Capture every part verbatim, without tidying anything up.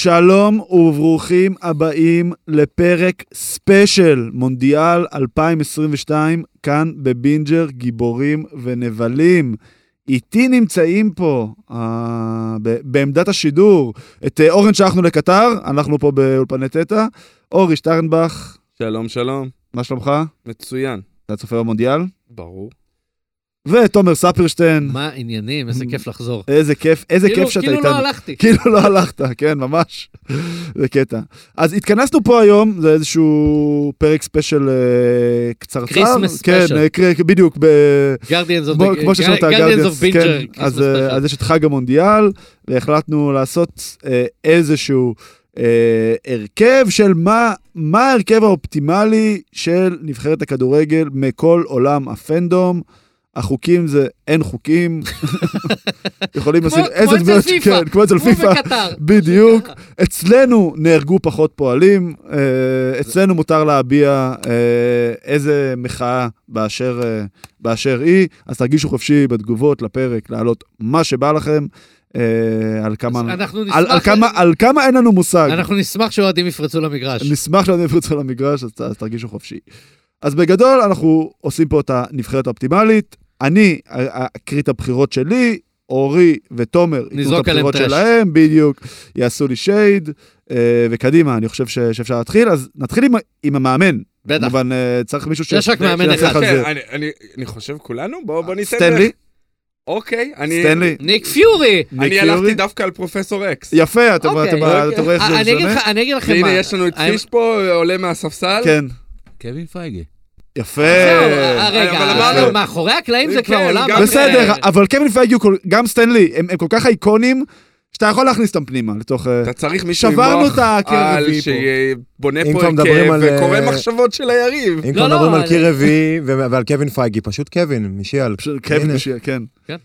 שלום וברוכים הבאים לפרק ספיישל מונדיאל אלפיים עשרים ושתיים, כאן בבינג'ר גיבורים ונבלים. איתי נמצאים פה, אה, בעמדת השידור, את אה, אורן שלחנו לקטר, אנחנו פה באולפני תטא, אורי שטרנבך. שלום, שלום. מה שלומך? מצוין. אתה צופה במונדיאל? ברור. ותומר ספרשטיין. מה עניינים? איזה כיף לחזור. איזה כיף, איזה כיף שאתה איתנו. כאילו לא הלכתי. כאילו לא הלכת, כן, ממש. זה קטע. אז התכנסנו פה היום, זה איזשהו פרק ספיישל קצרצר. קריסמס ספיישל. כן, בדיוק. גרדיאנס אוף כמו ששמעת, גרדיאנס בינג'ר. אז יש את חג המונדיאל, והחלטנו לעשות איזשהו הרכב של מה ההרכב האופטימלי של נבחרת הכדורגל מכל עולם הפנדום. החוקים זה אין חוקים. יכולים לשים כמו אצל פיפה. כמו אצל פיפה. בדיוק. אצלנו נהרגו פחות פועלים. אצלנו מותר להביע איזה מחאה באשר היא. אז תרגישו חופשי בתגובות לפרק, להעלות מה שבא לכם. על כמה, על כמה, על כמה אין לנו מושג. אנחנו נשמח שאוהדים יפרצו למגרש. נשמח שאוהדים יפרצו למגרש, אז תרגישו חופשי. אז בגדול אנחנו עושים פה את הנבחרת האופטימלית. אני אקריא את הבחירות שלי, אורי ותומר יקראו את הבחירות שלהם, בדיוק, יעשו לי שייד, וקדימה, אני חושב שאפשר להתחיל. אז נתחיל עם המאמן. בטח. אבל צריך מישהו ש... יש רק מאמן אחד. אני חושב כולנו, בואו ניתן... סטנלי. אוקיי, אני... סטנלי. ניק פיורי. אני הלכתי דווקא על פרופסור אקס. יפה, אתה רואה איך זה משנה? אני אגיד לכם מה. והנה, יש לנו את פיש פה, עולה מהספסל. כן. קווין פייגי. יפה. רגע, מאחורי הקלעים זה כבר עולם. בסדר, אבל קווין פייגי, גם סטנלי, הם כל כך אייקונים, שאתה יכול להכניס אותם פנימה לתוך... אתה צריך מישהו שברנו את הקיר רביעי פה. שבונה פה הרכב וקורא מחשבות של היריב. אם כבר מדברים על קיר רביעי ועל קווין פייגי, פשוט קווין, מישל. קווין מישל, כן. כן.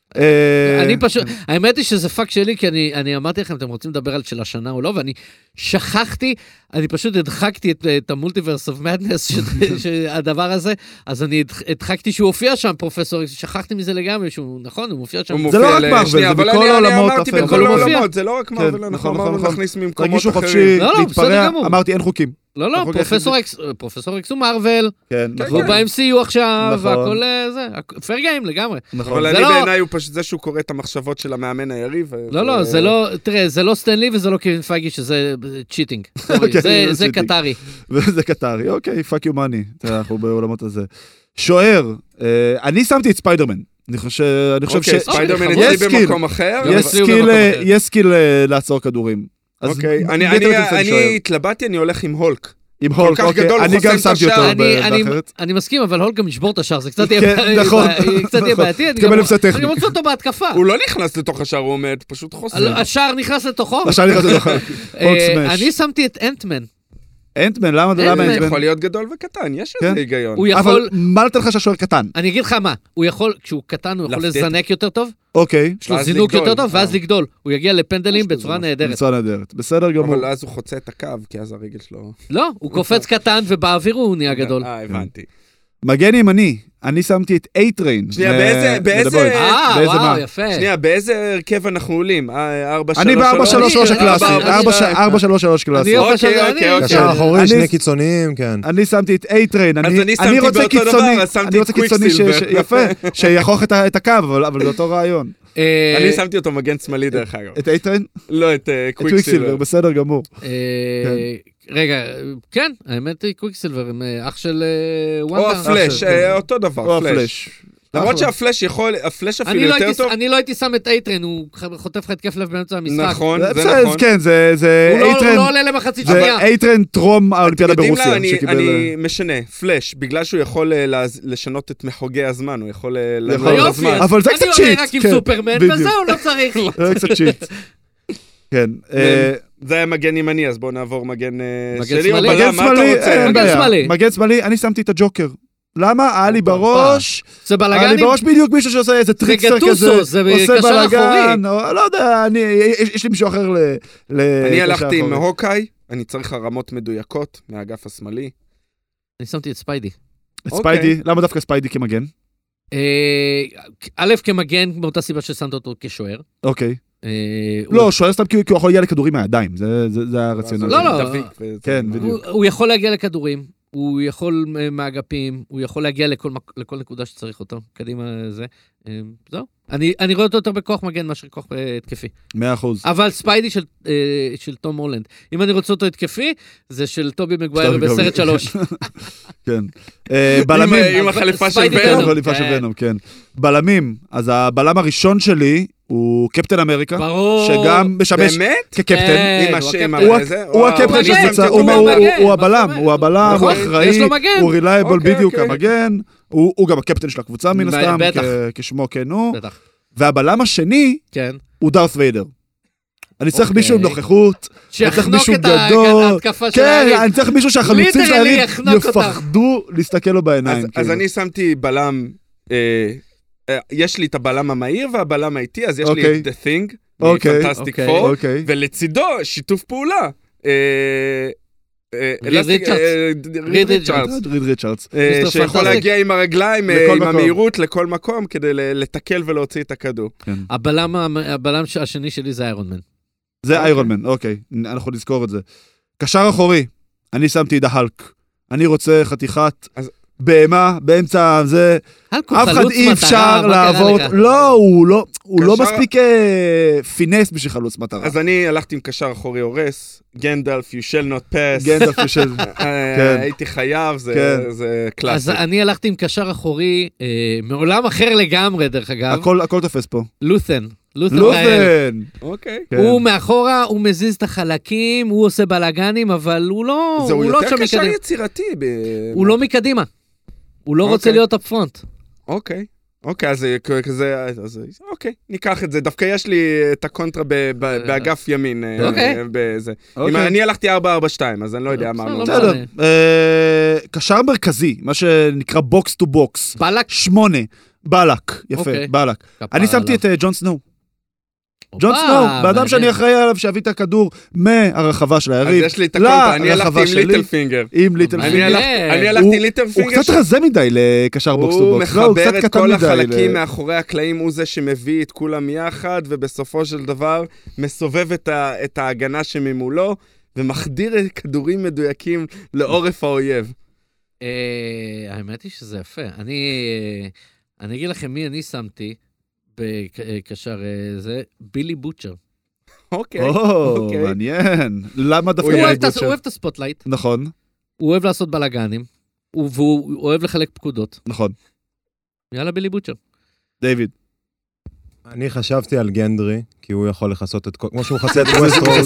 אני פשוט, האמת היא שזה פאק שלי, כי אני אמרתי לכם, אתם רוצים לדבר על של השנה או לא, ואני שכחתי, אני פשוט הדחקתי את המולטיברס אוף מדנס, הדבר הזה, אז אני הדחקתי שהוא הופיע שם, פרופסור, שכחתי מזה לגמרי, שהוא נכון, הוא מופיע שם. זה לא רק מרוויל, זה בכל העולמות. בכל העולמות, זה לא רק מרוויל, אנחנו אמרנו להכניס ממקומות אחרים. חופשי, להתפרע, אמרתי אין חוקים. לא, לא, פרופסור אקס הוא מרוול, כן, הוא ב-אם סי יו עכשיו, והכל זה, פייר גיים לגמרי. אבל אני בעיניי הוא פשוט זה שהוא קורא את המחשבות של המאמן היריב. לא, לא, זה לא, תראה, זה לא סטנלי וזה לא קווין פייגי, שזה צ'יטינג. זה קטרי. זה קטרי, אוקיי, פאק יו מאני, אנחנו בעולמות הזה. שוער, אני שמתי את ספיידרמן. אני חושב ש... ספיידרמן אצלי במקום אחר. יש סקיל לעצור כדורים. אוקיי, אני התלבטתי, אני הולך עם הולק. עם הולק, אוקיי, אני גם שמתי אותו באחרת. אני מסכים, אבל הולק גם ישבור את השער, זה קצת יהיה בעייתי. אני רוצה אותו בהתקפה. הוא לא נכנס לתוך השער, הוא עומד, פשוט חוסר. השער נכנס לתוכו. השער נכנס לתוכו. אני שמתי את אנטמן. אנטמן, למה אנטמן? יכול להיות גדול וקטן, יש איזה היגיון. אבל מה נתן לך שהשוער קטן? אני אגיד לך מה, הוא יכול, כשהוא קטן, הוא יכול לזנק יותר טוב. אוקיי. יש לו זינוק יותר טוב, ואז לגדול. הוא יגיע לפנדלים בצורה נהדרת. בצורה נהדרת, בסדר גמור. אבל אז הוא חוצה את הקו, כי אז הרגל שלו... לא, הוא קופץ קטן, ובאוויר הוא נהיה גדול. אה, הבנתי. מגן ימני, אני שמתי את A-Train. שנייה, באיזה... באיזה... אה, וואו, יפה. שנייה, באיזה הרכב אנחנו עולים? אני ב-ארבע שלוש שלוש הקלאסי. ארבע שלוש שלוש קלאסי. אוקיי, אוקיי, אוקיי. קשר אחורי, שני קיצוניים, כן. אני שמתי את A-Train. אז אני שמתי באותו דבר, אז שמתי את קוויקסילבר. יפה, שיחוך את הקו, אבל זה אותו רעיון. אני שמתי אותו מגן שמאלי דרך אגב. את A-Train? לא, את קוויקסילבר. בסדר גמור. רגע, כן, האמת היא קוויקסילבר, הם אח של וונדה. או הפלש, אותו דבר, פלש. למרות שהפלש יכול, הפלש אפילו יותר טוב. אני לא הייתי שם את A-Train, הוא חוטף לך התקף לב באמצע המשחק. נכון, זה נכון. כן, זה A-Train. הוא לא עולה למחצית שנייה. זה A-Train טרום האולימפיאדה ברוסיה. אני משנה, פלש, בגלל שהוא יכול לשנות את מחוגי הזמן, הוא יכול לנוע לזמן. אבל זה קצת שיט. אני עולה רק עם סופרמן, וזהו, לא צריך. זה קצת שיט. כן. זה היה מגן ימני, אז בואו נעבור מגן שלי. מגן שמאלי, מגן שמאלי, אני שמתי את הג'וקר. למה? היה לי בראש, זה בלגנים? היה לי בראש בדיוק מישהו שעושה איזה טריקסטר כזה, עושה בלגן, לא יודע, יש לי מישהו אחר ל... אני הלכתי עם הוקאי, אני צריך הרמות מדויקות מהאגף השמאלי. אני שמתי את ספיידי. את ספיידי? למה דווקא ספיידי כמגן? א' כמגן, באותה סיבה ששמת אותו כשוער. אוקיי. לא, שואל סתם כי הוא יכול להגיע לכדורים מהידיים, זה הרציונל. לא, לא. כן, בדיוק. הוא יכול להגיע לכדורים, הוא יכול מהאגפים, הוא יכול להגיע לכל נקודה שצריך אותו, קדימה זה. זהו. אני רואה אותו יותר בכוח מגן מאשר כוח התקפי. מאה אחוז. אבל ספיידי של תום הולנד. אם אני רוצה אותו התקפי, זה של טובי מגווייר בסרט שלוש. כן. בלמים. עם החליפה של ונום. עם החליפה של ונום, כן. בלמים. אז הבלם הראשון שלי הוא קפטן אמריקה. ברור. שגם משמש כקפטן. עם השם. הוא הקפטן של קבוצה. הוא הבלם. הוא הבלם, הוא אחראי. הוא רילייבל בדיוק המגן. הוא גם הקפטן של הקבוצה מן הסתם. כשמו כן הוא. בטח. והבלם השני הוא דארת ויידר. אני צריך מישהו עם נוכחות, אני צריך מישהו גדול, כן, אני צריך מישהו שהחלוצים של היריב יפחדו להסתכל לו בעיניים. אז אני שמתי בלם, יש לי את הבלם המהיר והבלם האיטי, אז יש לי את The Thing, מפנטסטיק פור, ולצידו שיתוף פעולה. ריד ריצ'רדס. ריד ריצ'רדס. שיכול להגיע עם הרגליים, עם המהירות לכל מקום, כדי לתקל ולהוציא את הכדור. הבלם השני שלי זה איירון מן. זה איירון מן, אוקיי. אנחנו נזכור את זה. קשר אחורי, אני שמתי את ההלק. אני רוצה חתיכת בהמה באמצע זה. אף אחד אי אפשר לעבור. לא, הוא לא מספיק פינס בשביל חלוץ מטרה. אז אני הלכתי עם קשר אחורי הורס, גנדלף, you shall not pass. גנדלף, you shall... הייתי חייב, זה קלאסי. אז אני הלכתי עם קשר אחורי, מעולם אחר לגמרי, דרך אגב. הכל תופס פה. לות'ן. לות'ן. אוקיי. הוא מאחורה, הוא מזיז את החלקים, הוא עושה בלגנים, אבל הוא לא... זהו יותר קשר יצירתי. הוא לא מקדימה. הוא לא רוצה להיות אפפרונט. אוקיי. אוקיי, אז כזה, אוקיי, ניקח את זה. דווקא יש לי את הקונטרה באגף ימין. אוקיי. אני הלכתי ארבע ארבע שתיים, אז אני לא יודע מה. בסדר. קשר מרכזי, מה שנקרא בוקס טו בוקס. בלק? שמונה. בלק, יפה, בלק. אני שמתי את ג'ון סנואו. ג'ון סנואו, באדם שאני אחראי עליו שהביא את הכדור מהרחבה של היריב. אז יש לי את הקונטרה, אני הלכתי עם ליטל פינגר. עם ליטל פינגר. אני הלכתי ליטל פינגר. הוא קצת רזה מדי לקשר בוקס טו בוקס. הוא מחבר את כל החלקים מאחורי הקלעים, הוא זה שמביא את כולם יחד, ובסופו של דבר מסובב את ההגנה שממולו, ומחדיר כדורים מדויקים לעורף האויב. האמת היא שזה יפה. אני אגיד לכם מי אני שמתי, בקשר זה, בילי בוטשר. אוקיי. או, מעניין. למה דווקא בילי בוטשר? הוא אוהב את הספוטלייט. נכון. הוא אוהב לעשות בלגנים. והוא אוהב לחלק פקודות. נכון. יאללה, בילי בוטשר. דיוויד. אני חשבתי על גנדרי, כי הוא יכול לחסות את כל... כמו שהוא חסה את ווסטרוד.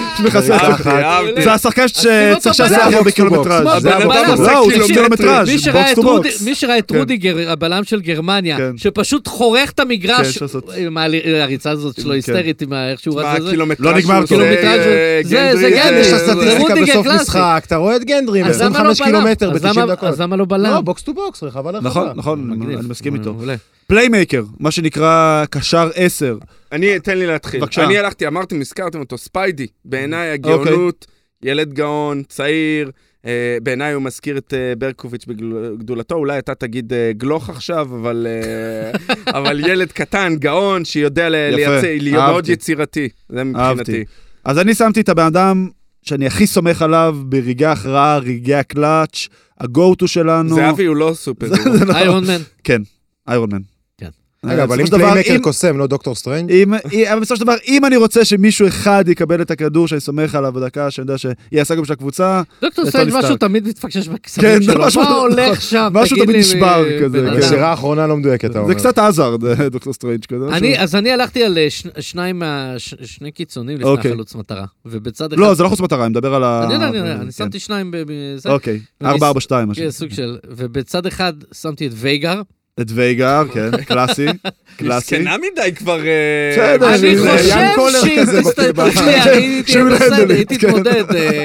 זה השחקן שצריך שעשה אחר בקילומטראז'. לא, הוא צריך קילומטראז'. בוקס טו בוקס. מי שראה את רודיגר, הבלם של גרמניה, שפשוט חורך את המגרש, הריצה הזאת שלו היסטרית עם איך שהוא רץ את זה. לא נגמר קילומטראז'. זה גנדרי. יש הסטטיסטיקה בסוף משחק, אתה רואה את גנדרי, עשרים וחמישה קילומטר ב-תשעים דקות. אז למה לא בלם? לא, בוקס טו בוקס, רחבה לרחבה. נכון, נכון, אני מסכים איתו. פליימייקר, מה שנקרא קשר עשר. אני, תן לי להתחיל. אני הלכתי, אמרתם, הזכרתם אותו, ספיידי. בעיניי הגאונות, ילד גאון, צעיר, בעיניי הוא מזכיר את ברקוביץ' בגדולתו, אולי אתה תגיד גלוך עכשיו, אבל ילד קטן, גאון, שיודע להיות מאוד יצירתי. זה מבחינתי. אז אני שמתי את הבן אדם שאני הכי סומך עליו ברגעי הכרעה, רגעי הקלאץ', הגו-טו שלנו. זה אבי הוא לא סופר. איירון מן. כן, איירון מן. רגע, אבל אם פליימקר קוסם, לא דוקטור סטרנג'? אבל בסופו של דבר, אם אני רוצה שמישהו אחד יקבל את הכדור שאני סומך עליו בדקה, שאני יודע שיעשה גם של הקבוצה, דוקטור סטרנג' משהו תמיד מתפקשש בכספים שלו, מה הולך שם? משהו תמיד נשבר כזה. השירה האחרונה לא מדויקת, אתה אומר. זה קצת עזרד, דוקטור סטרנג' כזה. אז אני הלכתי על שניים, שני קיצונים לפני חלוץ מטרה, ובצד אחד... לא, זה לא חלוץ מטרה, אני מדבר על ה... אני יודע, אני יודע, אני שמתי שניים בזה. אוקיי, ארבע ארבע שתיים. סוג של... ובצד אחד שמתי את וייגר, את וייגר, כן, קלאסי, קלאסי. מסכנה מדי כבר... אני חושב שהייתי תתמודד.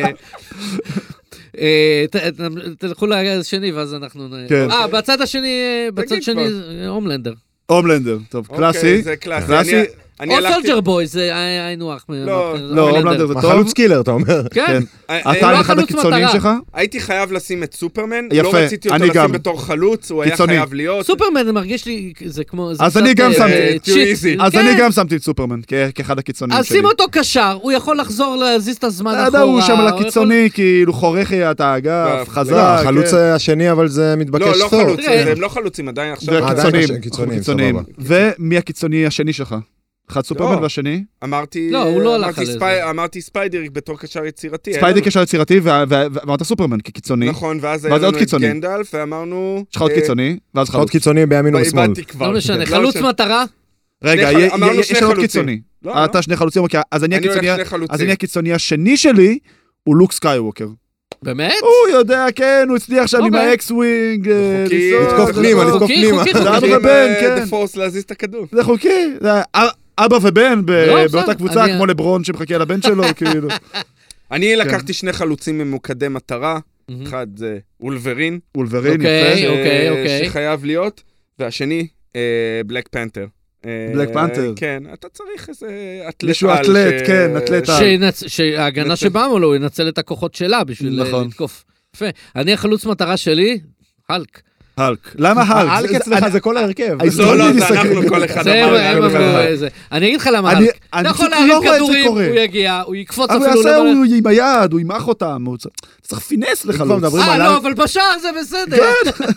תלכו לשני, ואז אנחנו... אה, בצד השני, בצד שני, הומלנדר. הומלנדר, טוב, קלאסי. זה קלאסי. או סולג'ר בוי, זה היינו אח. לא, לא, הומלנדר זה טוב. חלוץ קילר, אתה אומר. כן. אתה אחד הקיצונים שלך? הייתי חייב לשים את סופרמן, לא רציתי אותו לשים בתור חלוץ, הוא היה חייב להיות. סופרמן, זה מרגיש לי, זה כמו... אז אני גם שמתי, אז אני גם שמתי את סופרמן, כאחד הקיצונים שלי. אז שים אותו קשר, הוא יכול לחזור להזיז את הזמן אחורה. הוא שם על הקיצוני, כאילו חורך את האגף, חזק. החלוץ השני, אבל זה מתבקש לא, לא חלוץ, הם לא חלוצים עדיין עכשיו. קיצונים. ומי הקיצוני השני שלך? אחד סופרמן והשני? אמרתי... לא, הוא לא הלך על זה. אמרתי ספיידר בתור קשר יצירתי. ספיידר קשר יצירתי, ואמרת סופרמן כקיצוני. נכון, ואז היה לנו את גנדלף, ואמרנו... יש לך עוד קיצוני, ואז חלוץ קיצוני בימין ובשמאל. לא משנה, חלוץ מטרה? רגע, יש עוד קיצוני. אתה שני חלוצים, אז אני הקיצוני השני שלי, הוא לוק סקייווקר. באמת? הוא יודע, כן, הוא הצליח שם עם האקס-ווינג. לתקוף פנימה, לתקוף פנימה. זה אבא ובן, כן. זה פורס להזיז את הכדור. זה חוקי. אבא ובן באותה קבוצה, כמו לברון שמחכה לבן שלו, כאילו. אני לקחתי שני חלוצים ממוקדי מטרה. אחד זה אולברין. אולברין, יפה. אוקיי, אוקיי. שחייב להיות. והשני, בלק פנתר. בלק פנתר. כן, אתה צריך איזה אתלט. מישהו אתלט, כן, אתלט. שההגנה שבאה מולו, הוא ינצל את הכוחות שלה בשביל לתקוף. יפה. אני החלוץ מטרה שלי, הלק. הלק. למה הלק? הלק אצלך זה כל ההרכב. לא, לא, זה אנחנו כל אחד אמר. אני אגיד לך למה הלק. אתה יכול להרים כדורים, הוא יגיע, הוא יקפוץ אפילו. הוא יעשה, הוא עם היד, הוא ימח אותם. צריך פינס לחלוץ. אה, לא, אבל בשער זה בסדר.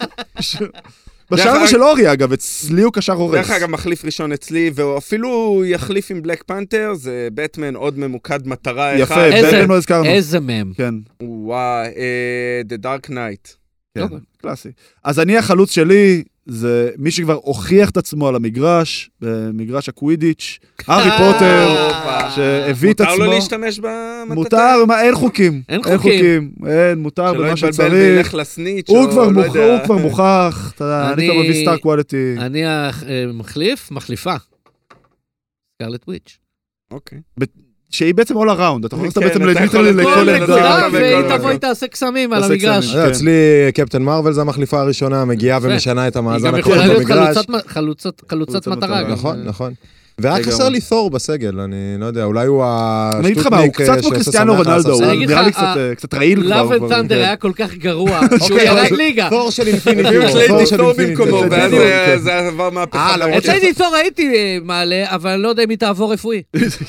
בשער של אורי, אגב, אצלי הוא קשר הורס. דרך אגב, מחליף ראשון אצלי, ואפילו יחליף עם בלק פנתר, זה בטמן עוד ממוקד מטרה אחד. יפה, בטמן לא הזכרנו. איזה מם. כן. וואי, The Dark Knight. כן, קלאסי. אז אני החלוץ שלי, זה מי שכבר הוכיח את עצמו על המגרש, במגרש הקווידיץ', הארי פוטר, שהביא את עצמו. מותר לו להשתמש במטאטה? מותר, אין חוקים. אין חוקים. אין, מותר במה שצריך. שלא יתבלבל וילך לסניץ' הוא כבר מוכח, אני כבר מביא סטאר קואליטי. אני המחליף, מחליפה. סקרלט וויץ'. אוקיי. שהיא בעצם all around, אתה יכול לעשות בעצם ליטרלי לכל עמדה. והיא תבוא היא תעשה קסמים על המגרש. אצלי קפטן מרוול זה המחליפה הראשונה, מגיעה ומשנה את המאזן הכוח במגרש. היא גם יכולה להיות חלוצת מטרה. נכון, נכון. ורק חסר לי תור בסגל, אני לא יודע, אולי הוא אני אגיד לך מה, הוא קצת כמו קריסטיאנו רונלדו, הוא נראה לי קצת רעיל כבר. לאב אנד תנדר היה כל כך גרוע, שהוא ירד ליגה. תור של אינפיניטי. תור של אינפיניטי. ואז זה עבר מהפכה. אצלי תור הייתי מעלה, אבל אני לא יודע אם היא תעבור רפואי.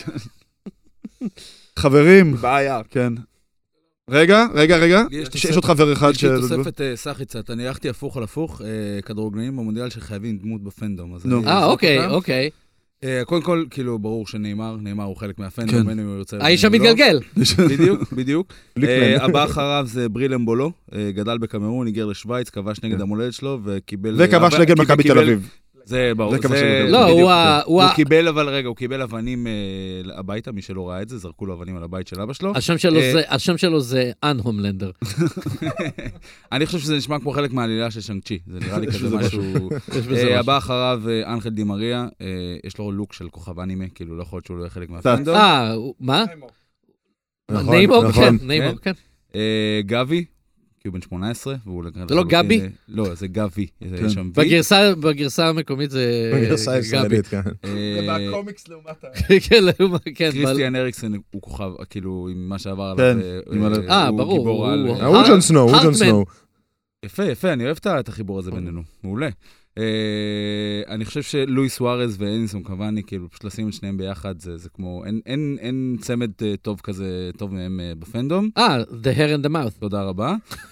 חברים. בעיה. כן. רגע, רגע, רגע. יש עוד חבר אחד ש... יש לי תוספת סחי קצת. אני הלכתי הפוך על הפוך, כדורגלנים במונדיאל שחייבים דמות בפנדום. אה, אוקיי, אוקיי. קודם כל, כאילו, ברור שנאמר, נאמר הוא חלק מהפנדום, בין אם הוא ירצה... האיש המתגלגל. בדיוק, בדיוק. הבא אחריו זה ברילם בולו, גדל בקמרון, היגר לשוויץ, כבש נגד המולדת שלו, וקיבל... וכבש נגד מכבי תל אביב. זה ברור, זה... לא, הוא... הוא קיבל, אבל רגע, הוא קיבל אבנים הביתה, מי שלא ראה את זה, זרקו לו אבנים על הבית של אבא שלו. השם שלו זה אן-הומלנדר. אני חושב שזה נשמע כמו חלק מהעלילה של שנג-צ'י, זה נראה לי כזה משהו... הבא אחריו, אנחל די מריה, יש לו לוק של כוכב אנימה, כאילו לא יכול להיות שהוא לא יהיה חלק מהפנדום. אה, מה? ניימור, כן, ניימור, כן. גבי, כי הוא בן שמונה עשרה, והוא... זה לא גבי? לא, זה גבי. בגרסה המקומית זה גבי. בגרסה הישראלית, כן. זה בקומיקס לעומת ה... כן, לעומת, כן. קריסטיאן אריקסן הוא כוכב, כאילו, עם מה שעבר עליו. אה, ברור. הוא ג'ון סנואו, הוא ג'ון סנואו. יפה, יפה, אני אוהב את החיבור הזה בינינו. מעולה. אני חושב שלואי סוארז ואניסון קוואני, כאילו, פשוט לשים את שניהם ביחד, זה כמו, אין צמד טוב כזה, טוב מהם בפנדום. אה, the hair and the mouth. תודה רבה.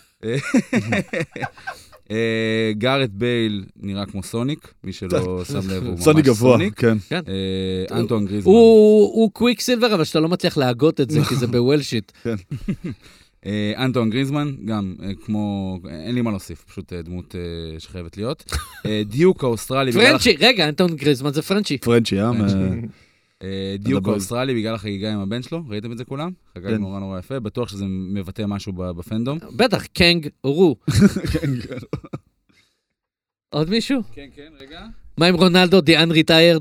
גארט בייל נראה כמו סוניק, מי שלא שם לב, הוא ממש סוניק גבוה, כן. אנטואן גריזמן. הוא קוויק סילבר, אבל שאתה לא מצליח להגות את זה, כי זה בוולשיט. כן. אנטואן גריזמן, גם כמו, אין לי מה להוסיף, פשוט דמות שחייבת להיות. דיוק האוסטרלי. פרנצ'י, רגע, אנטואן גריזמן זה פרנצ'י. פרנצ'י, אה? דיוק האוסטרלי בגלל החגיגה עם הבן שלו, ראיתם את זה כולם? חגג נורא נורא יפה, בטוח שזה מבטא משהו בפנדום. בטח, קנג רו. עוד מישהו? כן, כן, רגע. מה עם רונלדו, די אנריטיירד?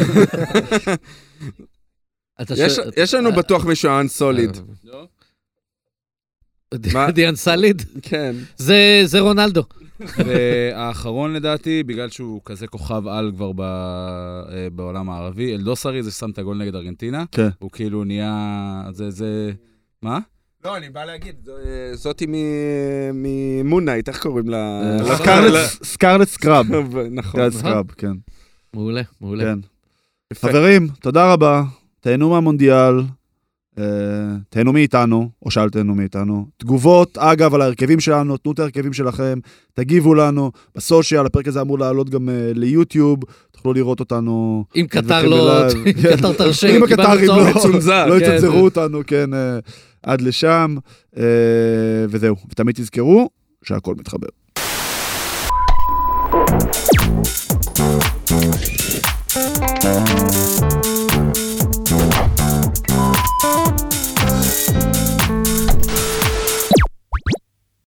יש לנו בטוח מישהו אנסוליד. די אנסוליד? כן. זה רונלדו. והאחרון לדעתי, בגלל שהוא כזה כוכב על כבר בעולם הערבי, אלדוסרי זה ששם את הגול נגד ארגנטינה, הוא כאילו נהיה, זה, זה, מה? לא, אני בא להגיד, זאתי ממונייט, איך קוראים לה? סקארלט סקראב. נכון. סקראב, כן. מעולה, מעולה. חברים, תודה רבה, תהנו מהמונדיאל, תהנו מאיתנו, או שאל תהנו מאיתנו. תגובות, אגב, על ההרכבים שלנו, תנו את ההרכבים שלכם, תגיבו לנו, בסושיאל, הפרק הזה אמור לעלות גם ליוטיוב, תוכלו לראות אותנו. אם קטר לא, אם קטר תרשה, אם הקטרים לא יצנזרו אותנו, כן, עד לשם, וזהו. ותמיד תזכרו שהכל מתחבר.